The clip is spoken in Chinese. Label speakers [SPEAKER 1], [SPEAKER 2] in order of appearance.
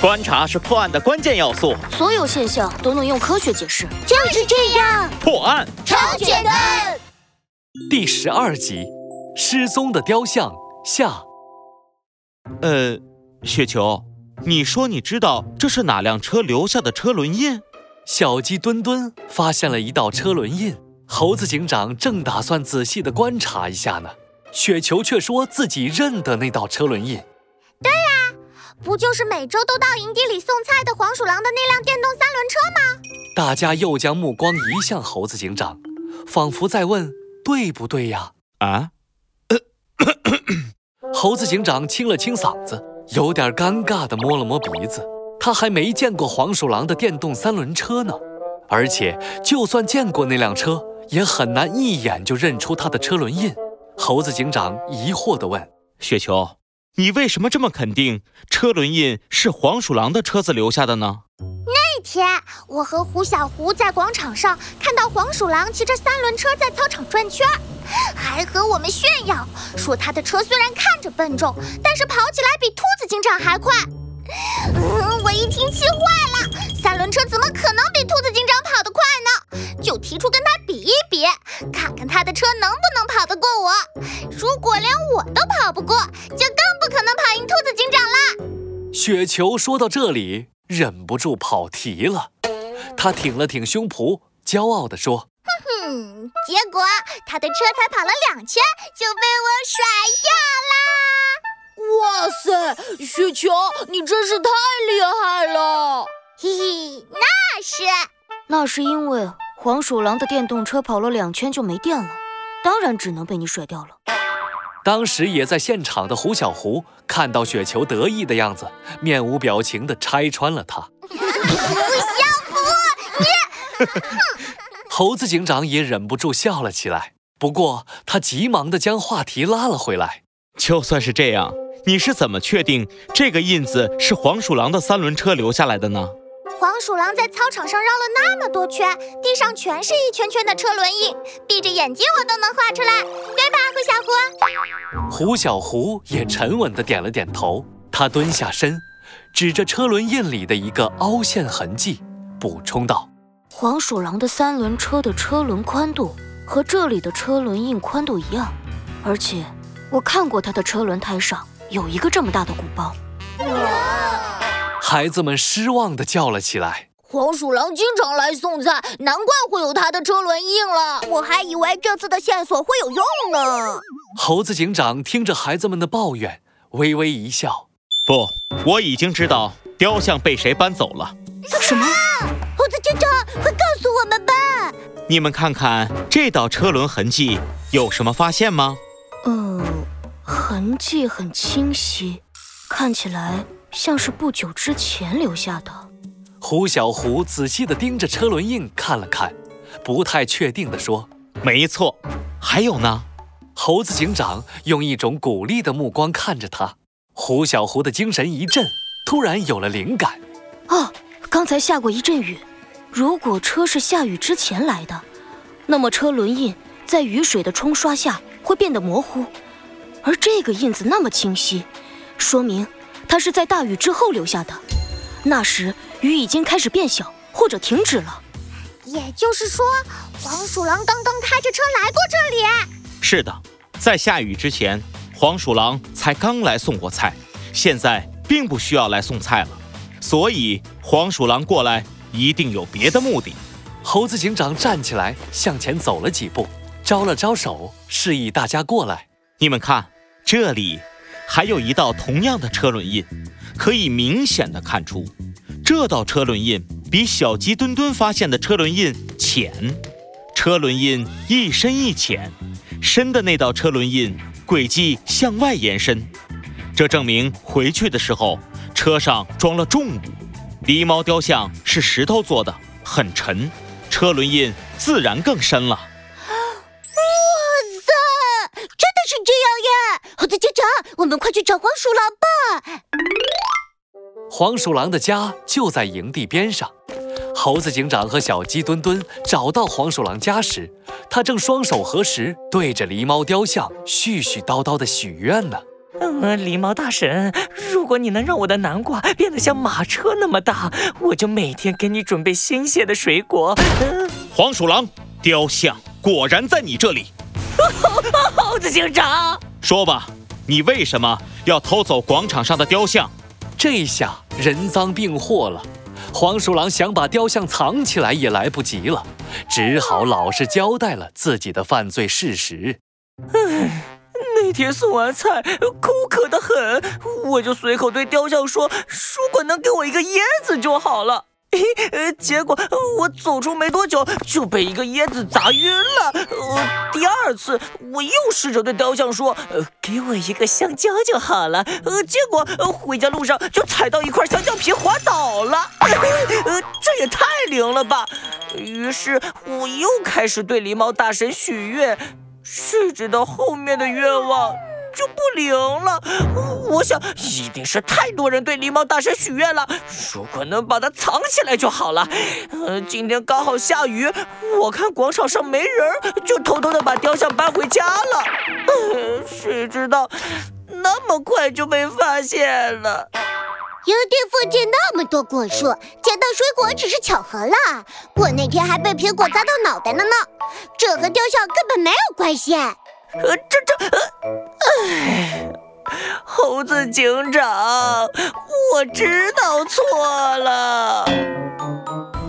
[SPEAKER 1] 观察是破案的关键要素，
[SPEAKER 2] 所有现象都能用科学解释。
[SPEAKER 3] 就是这样，
[SPEAKER 1] 破案
[SPEAKER 3] 超简单。
[SPEAKER 4] 第12集，失踪的雕像下。
[SPEAKER 5] 雪球，你说你知道这是哪辆车留下的车轮印？
[SPEAKER 4] 小鸡墩墩发现了一道车轮印，猴子警长正打算仔细地观察一下呢，雪球却说自己认得那道车轮印。
[SPEAKER 3] 对呀，不就是每周都到营地里送菜的黄鼠狼的那辆电动三轮车吗？
[SPEAKER 4] 大家又将目光移向猴子警长，仿佛在问对不对呀？猴子警长清了清嗓子，有点尴尬地摸了摸鼻子。他还没见过黄鼠狼的电动三轮车呢，而且就算见过那辆车，也很难一眼就认出它的车轮印。猴子警长疑惑地问：
[SPEAKER 5] 雪球，你为什么这么肯定车轮印是黄鼠狼的车子留下的呢？
[SPEAKER 3] 那天我和胡小胡在广场上看到黄鼠狼骑着三轮车在操场转圈，还和我们炫耀说他的车虽然看着笨重，但是跑起来比兔子警长还快。我一听气坏了，三轮车怎么可能比兔子警长跑得快呢？就提出跟他比一比，看看他的车能不能跑得过我。如果连我都跑不过，就更不可能跑赢兔子警长了。
[SPEAKER 4] 雪球说到这里忍不住跑题了，他挺了挺胸脯，骄傲地说：
[SPEAKER 3] 结果他的车才跑了2圈就被我甩掉啦！
[SPEAKER 2] 哇塞，雪球，你真是太厉害了！
[SPEAKER 3] 嘿嘿，
[SPEAKER 2] 那是因为黄鼠狼的电动车跑了2圈就没电了，当然只能被你甩掉了。
[SPEAKER 4] 当时也在现场的胡小胡看到雪球得意的样子，面无表情地拆穿了他。
[SPEAKER 3] 胡小胡，你……
[SPEAKER 4] 猴子警长也忍不住笑了起来，不过他急忙地将话题拉了回来。
[SPEAKER 5] 就算是这样，你是怎么确定这个印子是黄鼠狼的三轮车留下来的呢？
[SPEAKER 3] 黄鼠狼在操场上绕了那么多圈，地上全是一圈圈的车轮印，闭着眼睛我都能画出来，对吧，胡小胡？
[SPEAKER 4] 胡小胡也沉稳地点了点头，他蹲下身，指着车轮印里的一个凹陷痕迹，补充道：
[SPEAKER 2] 黄鼠狼的三轮车的车轮宽度和这里的车轮印宽度一样，而且我看过它的车轮胎上有一个这么大的鼓包。
[SPEAKER 4] 孩子们失望地叫了起来。
[SPEAKER 2] 黄鼠狼经常来送菜，难怪会有它的车轮印了。
[SPEAKER 3] 我还以为这次的线索会有用呢。
[SPEAKER 4] 猴子警长听着孩子们的抱怨，微微一笑：
[SPEAKER 5] 不，我已经知道雕像被谁搬走了。
[SPEAKER 2] 什么？
[SPEAKER 3] 猴子警长，快告诉我们吧！
[SPEAKER 5] 你们看看这道车轮痕迹，有什么发现吗？
[SPEAKER 2] 痕迹很清晰，看起来像是不久之前留下的。
[SPEAKER 4] 胡小胡仔细地盯着车轮印看了看，不太确定地说：
[SPEAKER 5] 没错，还有呢。
[SPEAKER 4] 猴子警长用一种鼓励的目光看着他。胡小胡的精神一振，突然有了灵感。
[SPEAKER 2] 刚才下过一阵雨，如果车是下雨之前来的，那么车轮印在雨水的冲刷下会变得模糊，而这个印子那么清晰，说明它是在大雨之后留下的。那时雨已经开始变小或者停止了。
[SPEAKER 3] 也就是说，黄鼠狼刚刚开着车来过这里。
[SPEAKER 5] 是的，在下雨之前，黄鼠狼才刚来送过菜，现在并不需要来送菜了，所以黄鼠狼过来一定有别的目的。
[SPEAKER 4] 猴子警长站起来向前走了几步，招了招手，示意大家过来。
[SPEAKER 5] 你们看，这里还有一道同样的车轮印，可以明显地看出，这道车轮印比小鸡墩墩发现的车轮印浅。车轮印一深一浅，深的那道车轮印轨迹向外延伸，这证明回去的时候车上装了重物。狸猫雕像是石头做的，很沉，车轮印自然更深了。
[SPEAKER 3] 真的是这样耶！猴子警长，我们快去找黄鼠狼吧。
[SPEAKER 4] 黄鼠狼的家就在营地边上。猴子警长和小鸡墩墩找到黄鼠狼家时，他正双手合十，对着狸猫雕像絮絮叨叨地许愿呢。
[SPEAKER 6] 狸猫大神，如果你能让我的南瓜变得像马车那么大，我就每天给你准备新鲜的水果。
[SPEAKER 5] 黄鼠狼，雕像果然在你这里。
[SPEAKER 6] 猴子警长，
[SPEAKER 5] 说吧，你为什么要偷走广场上的雕像？
[SPEAKER 4] 这下人赃并获了。黄鼠狼想把雕像藏起来也来不及了，只好老实交代了自己的犯罪事实。
[SPEAKER 6] 那天送完菜，口渴得很，我就随口对雕像说，如果能给我一个椰子就好了。结果我走出没多久就被一个椰子砸晕了。第二次我又试着对雕像说，给我一个香蕉就好了。结果回家路上就踩到一块香蕉皮滑倒了。这也太灵了吧！于是我又开始对狸猫大神许愿，谁知道后面的愿望就不灵了。我想一定是太多人对狸猫大神许愿了，如果能把它藏起来就好了。今天刚好下雨，我看广场上没人，就偷偷的把雕像搬回家了。谁知道那么快就被发现了。
[SPEAKER 3] 营地附近那么多果树，捡到水果只是巧合啦。我那天还被苹果砸到脑袋了呢，这和雕像根本没有关系。
[SPEAKER 6] 猴子警长，我知道错了。